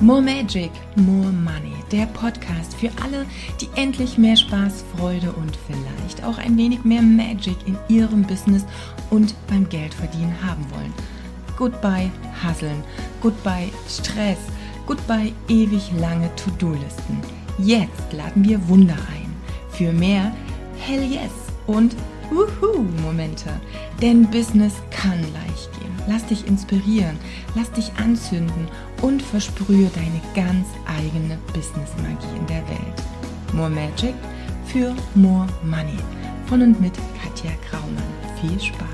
More Magic, More Money, der Podcast für alle, die endlich mehr Spaß, Freude und vielleicht auch ein wenig mehr Magic in ihrem Business und beim Geldverdienen haben wollen. Goodbye Hustlen, goodbye Stress, goodbye ewig lange To-Do-Listen. Jetzt laden wir Wunder ein für mehr Hell Yes und Momente. Denn Business kann leicht gehen. Lass dich inspirieren, lass dich anzünden und versprühe deine ganz eigene Business-Magie in der Welt. More Magic für More Money. Von und mit Katja Graumann. Viel Spaß!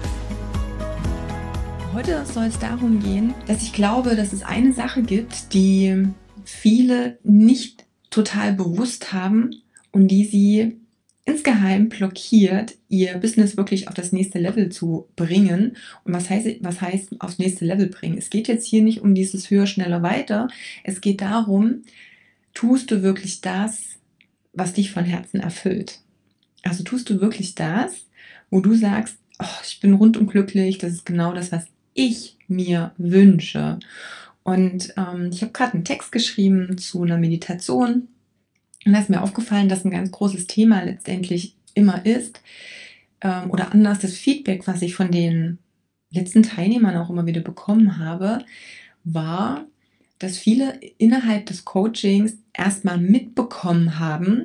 Heute soll es darum gehen, dass ich glaube, dass es eine Sache gibt, die viele nicht total bewusst haben und die sie insgeheim blockiert, ihr Business wirklich auf das nächste Level zu bringen. Und was heißt aufs nächste Level bringen? Es geht jetzt hier nicht um dieses höher, schneller, weiter. Es geht darum, tust du wirklich das, was dich von Herzen erfüllt? Also tust du wirklich das, wo du sagst, oh, ich bin rundum glücklich, das ist genau das, was ich mir wünsche. Und ich habe gerade einen Text geschrieben zu einer Meditation. Und da ist mir aufgefallen, dass ein ganz großes Thema letztendlich immer ist, oder anders das Feedback, was ich von den letzten Teilnehmern auch immer wieder bekommen habe, war, dass viele innerhalb des Coachings erstmal mitbekommen haben,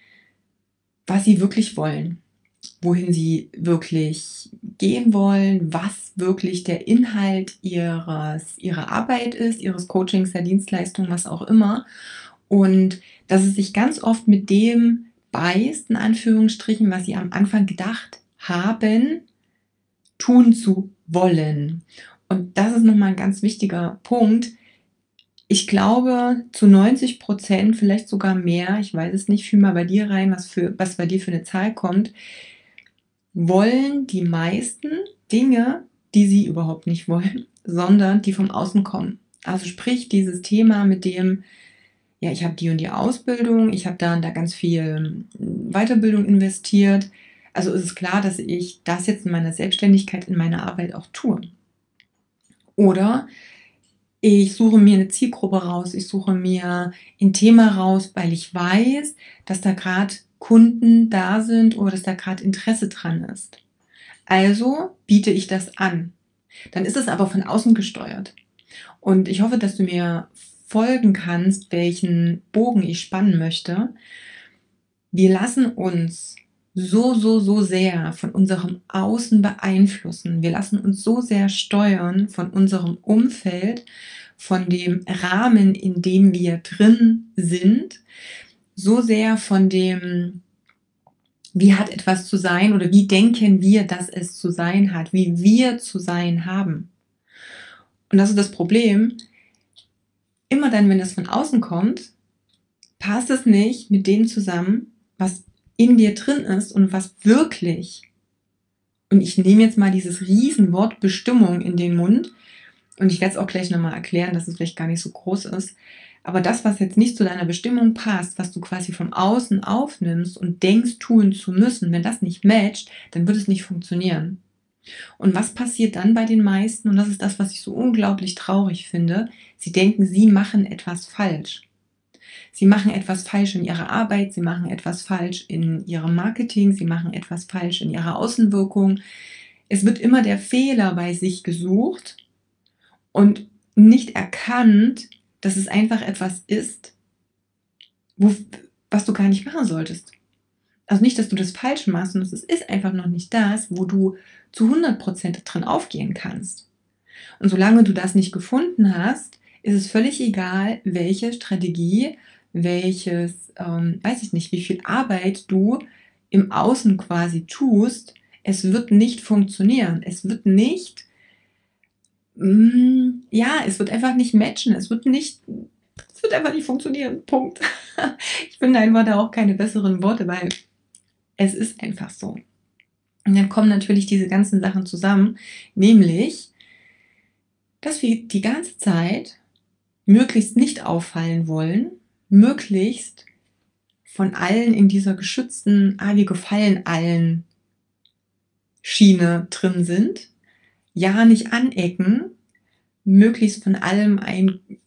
was sie wirklich wollen, wohin sie wirklich gehen wollen, was wirklich der Inhalt ihrer Arbeit ist, ihres Coachings, der Dienstleistung, was auch immer. Und dass es sich ganz oft mit dem beißt, in Anführungsstrichen, was sie am Anfang gedacht haben, tun zu wollen. Und das ist nochmal ein ganz wichtiger Punkt. Ich glaube, zu 90%, vielleicht sogar mehr, ich weiß es nicht, fühl mal bei dir rein, was bei dir für eine Zahl kommt, wollen die meisten Dinge, die sie überhaupt nicht wollen, sondern die vom Außen kommen. Also sprich, dieses Thema mit dem, ja, ich habe die und die Ausbildung, ich habe da und da ganz viel Weiterbildung investiert. Also ist es klar, dass ich das jetzt in meiner Selbstständigkeit, in meiner Arbeit auch tue. Oder ich suche mir eine Zielgruppe raus, ich suche mir ein Thema raus, weil ich weiß, dass da gerade Kunden da sind oder dass da gerade Interesse dran ist. Also biete ich das an. Dann ist es aber von außen gesteuert. Und ich hoffe, dass du mir folgen kannst, welchen Bogen ich spannen möchte. Wir lassen uns so sehr von unserem Außen beeinflussen. Wir lassen uns so sehr steuern von unserem Umfeld, von dem Rahmen, in dem wir drin sind, so sehr von dem, wie hat etwas zu sein oder wie denken wir, dass es zu sein hat, wie wir zu sein haben. Und das ist das Problem. Immer dann, wenn es von außen kommt, passt es nicht mit dem zusammen, was in dir drin ist und was wirklich, und ich nehme jetzt mal dieses Riesenwort Bestimmung in den Mund, und ich werde es auch gleich nochmal erklären, dass es vielleicht gar nicht so groß ist, aber das, was jetzt nicht zu deiner Bestimmung passt, was du quasi vom Außen aufnimmst und denkst, tun zu müssen, wenn das nicht matcht, dann wird es nicht funktionieren. Und was passiert dann bei den meisten? Und das ist das, was ich so unglaublich traurig finde. Sie denken, sie machen etwas falsch. Sie machen etwas falsch in ihrer Arbeit, sie machen etwas falsch in ihrem Marketing, sie machen etwas falsch in ihrer Außenwirkung. Es wird immer der Fehler bei sich gesucht und nicht erkannt, dass es einfach etwas ist, was du gar nicht machen solltest. Also nicht, dass du das falsch machst, sondern es ist einfach noch nicht das, wo du zu 100% drin aufgehen kannst. Und solange du das nicht gefunden hast, ist es völlig egal, welche Strategie, weiß ich nicht, wie viel Arbeit du im Außen quasi tust. Es wird nicht funktionieren. Es wird nicht, es wird einfach nicht matchen. Es wird einfach nicht funktionieren. Punkt. Ich finde einfach da auch keine besseren Worte, weil es ist einfach so. Und dann kommen natürlich diese ganzen Sachen zusammen, nämlich, dass wir die ganze Zeit möglichst nicht auffallen wollen, möglichst von allen in dieser geschützten, wir gefallen allen Schiene drin sind, ja nicht anecken, möglichst von allem ein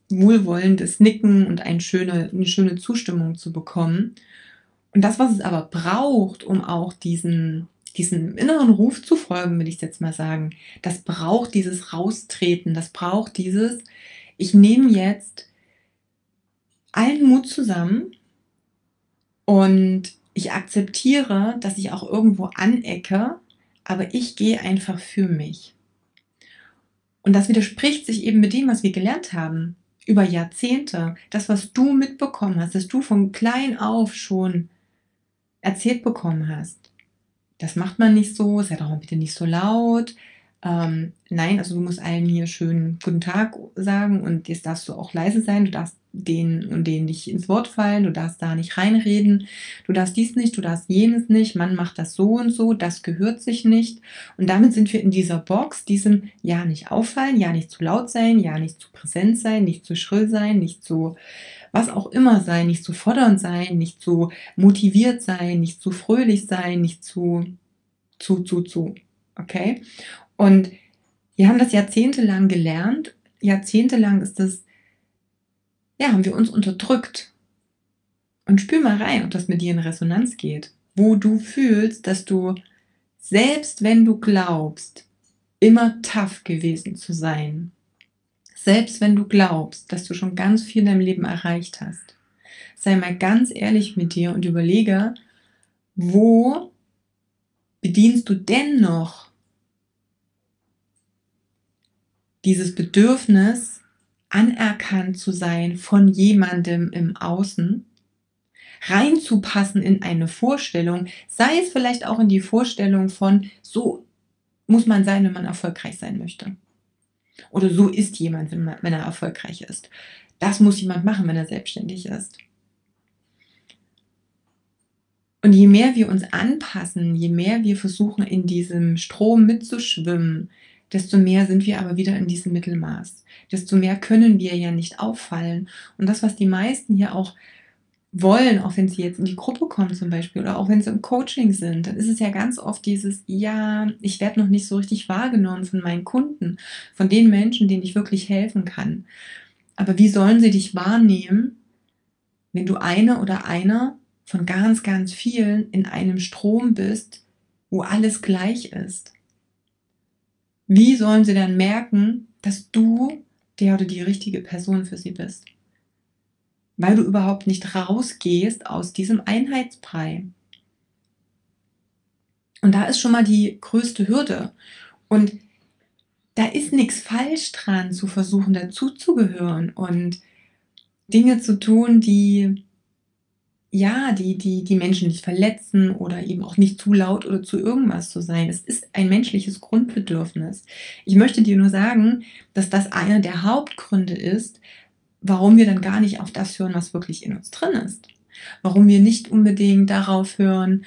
wohlwollendes Nicken und eine schöne Zustimmung zu bekommen. Und das, was es aber braucht, um auch diesen inneren Ruf zu folgen, will ich jetzt mal sagen, das braucht dieses Raustreten, das braucht dieses, ich nehme jetzt allen Mut zusammen und ich akzeptiere, dass ich auch irgendwo anecke, aber ich gehe einfach für mich. Und das widerspricht sich eben mit dem, was wir gelernt haben über Jahrzehnte. Das, was du mitbekommen hast, dass du von klein auf schon erzählt bekommen hast. Das macht man nicht so, sei doch mal bitte nicht so laut. Nein, also du musst allen hier schön guten Tag sagen und jetzt darfst du auch leise sein, du darfst denen und denen nicht ins Wort fallen, du darfst da nicht reinreden, du darfst dies nicht, du darfst jenes nicht, man macht das so und so, das gehört sich nicht. Und damit sind wir in dieser Box, diesem ja nicht auffallen, ja nicht zu laut sein, ja nicht zu präsent sein, nicht zu schrill sein, nicht zu was auch immer sein, nicht zu fordernd sein, nicht zu motiviert sein, nicht zu fröhlich sein, nicht zu. Okay? Und wir haben das jahrzehntelang gelernt. Jahrzehntelang ist das, ja, haben wir uns unterdrückt. Und spür mal rein, ob das mit dir in Resonanz geht. Wo du fühlst, dass du, selbst wenn du glaubst, immer tough gewesen zu sein, selbst wenn du glaubst, dass du schon ganz viel in deinem Leben erreicht hast, sei mal ganz ehrlich mit dir und überlege, wo bedienst du denn noch dieses Bedürfnis, anerkannt zu sein von jemandem im Außen, reinzupassen in eine Vorstellung, sei es vielleicht auch in die Vorstellung von, so muss man sein, wenn man erfolgreich sein möchte. Oder so ist jemand, wenn er erfolgreich ist. Das muss jemand machen, wenn er selbstständig ist. Und je mehr wir uns anpassen, je mehr wir versuchen, in diesem Strom mitzuschwimmen, desto mehr sind wir aber wieder in diesem Mittelmaß. Desto mehr können wir ja nicht auffallen. Und das, was die meisten hier auch wollen, auch wenn sie jetzt in die Gruppe kommen zum Beispiel oder auch wenn sie im Coaching sind, dann ist es ja ganz oft dieses, ja, ich werde noch nicht so richtig wahrgenommen von meinen Kunden, von den Menschen, denen ich wirklich helfen kann. Aber wie sollen sie dich wahrnehmen, wenn du eine oder einer von ganz, ganz vielen in einem Strom bist, wo alles gleich ist? Wie sollen sie dann merken, dass du der oder die richtige Person für sie bist? Weil du überhaupt nicht rausgehst aus diesem Einheitsbrei. Und da ist schon mal die größte Hürde. Und da ist nichts falsch dran, zu versuchen, dazuzugehören und Dinge zu tun, die ja, die Menschen nicht verletzen oder eben auch nicht zu laut oder zu irgendwas zu sein. Es ist ein menschliches Grundbedürfnis. Ich möchte dir nur sagen, dass das einer der Hauptgründe ist, warum wir dann gar nicht auf das hören, was wirklich in uns drin ist. Warum wir nicht unbedingt darauf hören,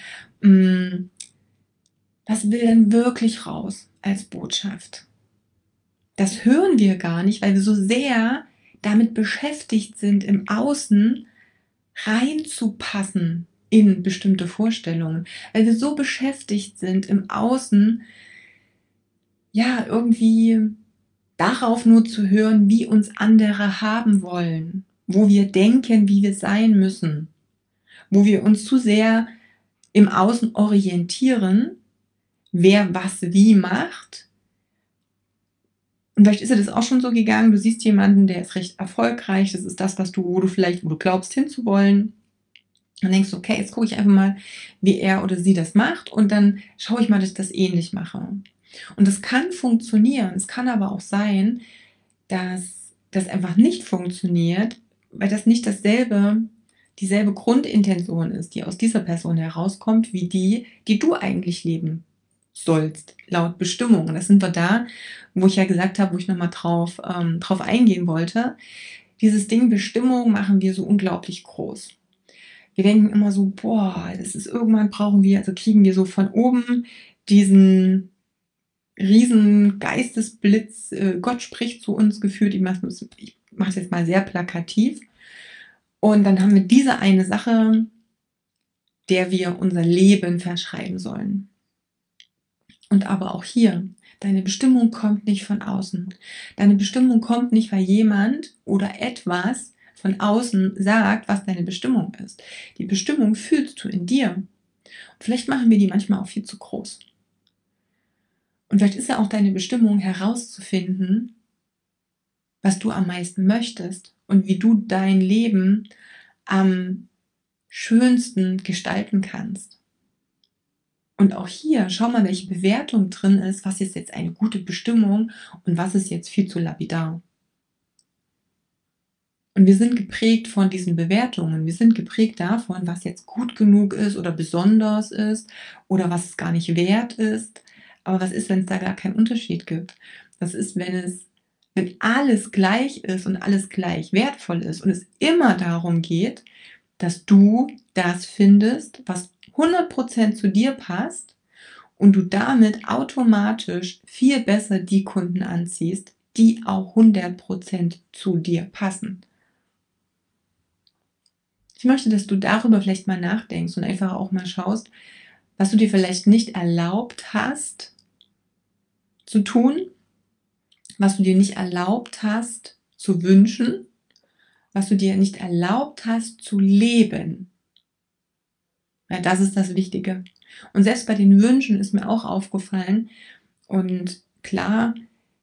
was will denn wirklich raus als Botschaft. Das hören wir gar nicht, weil wir so sehr damit beschäftigt sind, im Außen reinzupassen in bestimmte Vorstellungen, weil wir so beschäftigt sind, im Außen ja irgendwie darauf nur zu hören, wie uns andere haben wollen, wo wir denken, wie wir sein müssen, wo wir uns zu sehr im Außen orientieren, wer was wie macht. Und vielleicht ist dir das auch schon so gegangen, du siehst jemanden, der ist recht erfolgreich, das ist das, wo du glaubst hinzuwollen. Und denkst, okay, jetzt gucke ich einfach mal, wie er oder sie das macht und dann schaue ich mal, dass ich das ähnlich mache. Und das kann funktionieren. Es kann aber auch sein, dass das einfach nicht funktioniert, weil das nicht dieselbe Grundintention ist, die aus dieser Person herauskommt, wie die du eigentlich leben sollst, laut Bestimmung. Und das sind wir da, wo ich ja gesagt habe, wo ich nochmal drauf eingehen wollte. Dieses Ding Bestimmung machen wir so unglaublich groß. Wir denken immer so, boah, das ist irgendwann kriegen wir so von oben diesen riesen Geistesblitz, Gott spricht zu uns gefühlt. Ich mache es jetzt mal sehr plakativ. Und dann haben wir diese eine Sache, der wir unser Leben verschreiben sollen. Und aber auch hier, Deine Bestimmung kommt nicht von außen. Deine Bestimmung kommt nicht, weil jemand oder etwas von außen sagt, was deine Bestimmung ist. Die Bestimmung fühlst du in dir. Und vielleicht machen wir die manchmal auch viel zu groß. Und vielleicht ist ja auch deine Bestimmung herauszufinden, was du am meisten möchtest und wie du dein Leben am schönsten gestalten kannst. Und auch hier, schau mal, welche Bewertung drin ist, was ist jetzt eine gute Bestimmung und was ist jetzt viel zu lapidar. Und wir sind geprägt von diesen Bewertungen. Wir sind geprägt davon, was jetzt gut genug ist oder besonders ist oder was es gar nicht wert ist. Aber was ist, wenn es da gar keinen Unterschied gibt? Was ist, wenn alles gleich ist und alles gleich wertvoll ist und es immer darum geht, dass du das findest, was 100% zu dir passt und du damit automatisch viel besser die Kunden anziehst, die auch 100% zu dir passen. Ich möchte, dass du darüber vielleicht mal nachdenkst und einfach auch mal schaust, was du dir vielleicht nicht erlaubt hast zu tun, was du dir nicht erlaubt hast zu wünschen, was du dir nicht erlaubt hast zu leben. Ja, das ist das Wichtige. Und selbst bei den Wünschen ist mir auch aufgefallen, und klar,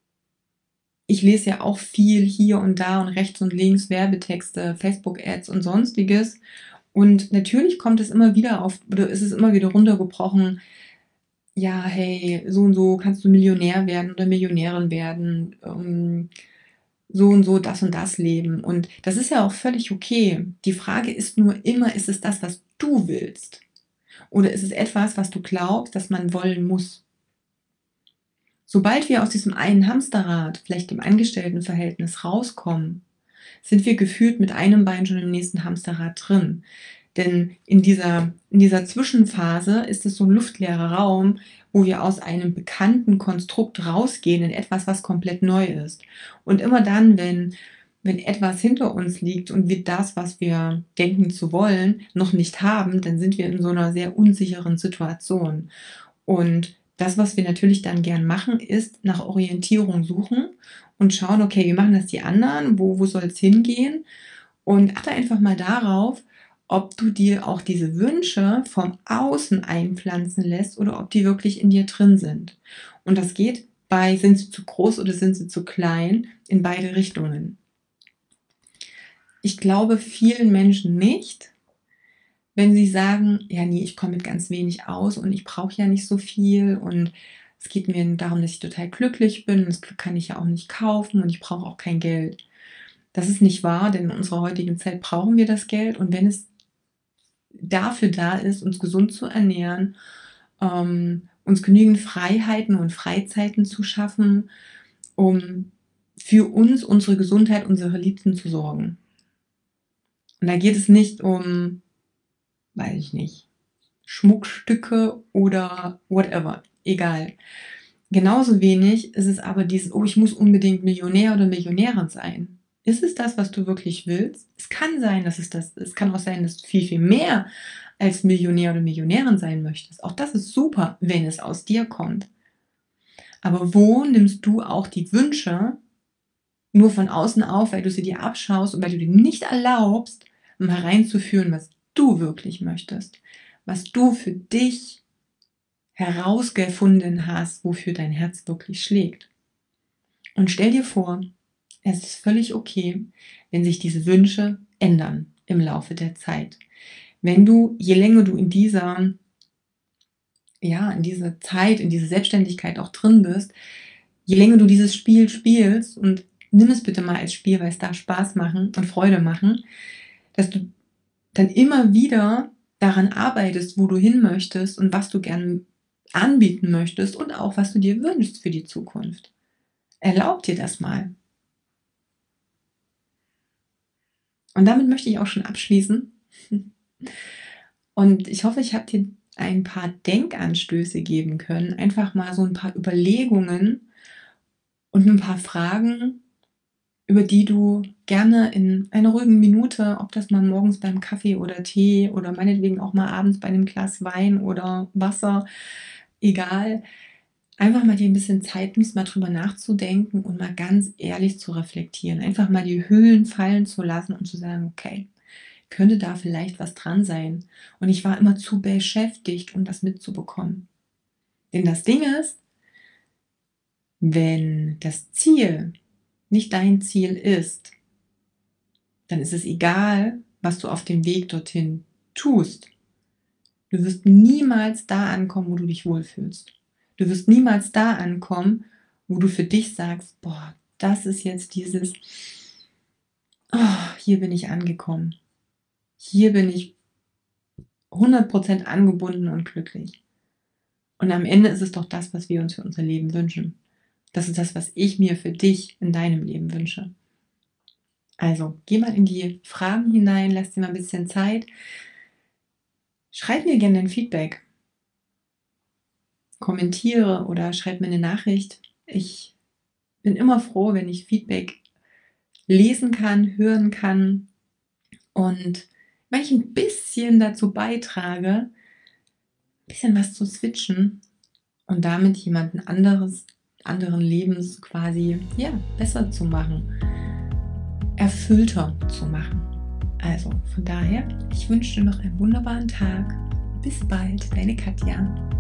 ich lese ja auch viel hier und da und rechts und links Werbetexte, Facebook-Ads und sonstiges. Und natürlich kommt es immer wieder auf, oder ist es immer wieder runtergebrochen, ja, hey, so und so kannst du Millionär werden oder Millionärin werden, so und das leben. Und das ist ja auch völlig okay. Die Frage ist nur immer, ist es das, was du willst? Oder ist es etwas, was du glaubst, dass man wollen muss? Sobald wir aus diesem einen Hamsterrad, vielleicht dem Angestelltenverhältnis, rauskommen, sind wir gefühlt mit einem Bein schon im nächsten Hamsterrad drin. Denn in dieser Zwischenphase ist es so ein luftleerer Raum, wo wir aus einem bekannten Konstrukt rausgehen in etwas, was komplett neu ist. Und immer dann, wenn etwas hinter uns liegt und wir das, was wir denken zu wollen, noch nicht haben, dann sind wir in so einer sehr unsicheren Situation. Und das, was wir natürlich dann gern machen, ist nach Orientierung suchen und schauen, okay, wie machen das die anderen? Wo soll es hingehen? Und achte einfach mal darauf, ob du dir auch diese Wünsche vom Außen einpflanzen lässt oder ob die wirklich in dir drin sind. Und das geht bei, sind sie zu groß oder sind sie zu klein, in beide Richtungen. Ich glaube vielen Menschen nicht, wenn sie sagen, ja, nee, ich komme mit ganz wenig aus und ich brauche ja nicht so viel und es geht mir darum, dass ich total glücklich bin, das Glück kann ich ja auch nicht kaufen und ich brauche auch kein Geld. Das ist nicht wahr, denn in unserer heutigen Zeit brauchen wir das Geld, und wenn es dafür da ist, uns gesund zu ernähren, uns genügend Freiheiten und Freizeiten zu schaffen, um für uns, unsere Gesundheit, unsere Liebsten zu sorgen. Und da geht es nicht um, weiß ich nicht, Schmuckstücke oder whatever, egal. Genauso wenig ist es aber dieses, oh, ich muss unbedingt Millionär oder Millionärin sein. Ist es das, was du wirklich willst? Es kann sein, dass es das ist. Es kann auch sein, dass du viel, viel mehr als Millionär oder Millionärin sein möchtest. Auch das ist super, wenn es aus dir kommt. Aber wo nimmst du auch die Wünsche nur von außen auf, weil du sie dir abschaust und weil du dir nicht erlaubst, mal reinzuführen, was du wirklich möchtest, was du für dich herausgefunden hast, wofür dein Herz wirklich schlägt. Und stell dir vor, es ist völlig okay, wenn sich diese Wünsche ändern im Laufe der Zeit. Wenn du, je länger du in dieser Zeit, in dieser Selbstständigkeit auch drin bist, je länger du dieses Spiel spielst, und nimm es bitte mal als Spiel, weil es darf Spaß machen und Freude machen, dass du dann immer wieder daran arbeitest, wo du hin möchtest und was du gern anbieten möchtest und auch was du dir wünschst für die Zukunft. Erlaub dir das mal. Und damit möchte ich auch schon abschließen. Und ich hoffe, ich habe dir ein paar Denkanstöße geben können, einfach mal so ein paar Überlegungen und ein paar Fragen, über die du gerne in einer ruhigen Minute, ob das mal morgens beim Kaffee oder Tee oder meinetwegen auch mal abends bei einem Glas Wein oder Wasser, egal, einfach mal dir ein bisschen Zeit nimmst, mal drüber nachzudenken und mal ganz ehrlich zu reflektieren. Einfach mal die Hüllen fallen zu lassen und zu sagen: „Okay, könnte da vielleicht was dran sein?“ Und ich war immer zu beschäftigt, um das mitzubekommen. Denn das Ding ist, wenn das Ziel nicht dein Ziel ist, dann ist es egal, was du auf dem Weg dorthin tust. Du wirst niemals da ankommen, wo du dich wohlfühlst. Du wirst niemals da ankommen, wo du für dich sagst: „Boah, das ist jetzt dieses hier bin ich angekommen. Hier bin ich 100% angebunden und glücklich.“ Und am Ende ist es doch das, was wir uns für unser Leben wünschen. Das ist das, was ich mir für dich in deinem Leben wünsche. Also, geh mal in die Fragen hinein, lass dir mal ein bisschen Zeit. Schreib mir gerne ein Feedback, kommentiere oder schreib mir eine Nachricht. Ich bin immer froh, wenn ich Feedback lesen kann, hören kann und wenn ich ein bisschen dazu beitrage, ein bisschen was zu switchen und damit jemanden anderen Lebens quasi, ja, besser zu machen, erfüllter zu machen. Also von daher, ich wünsche dir noch einen wunderbaren Tag. Bis bald, deine Katja.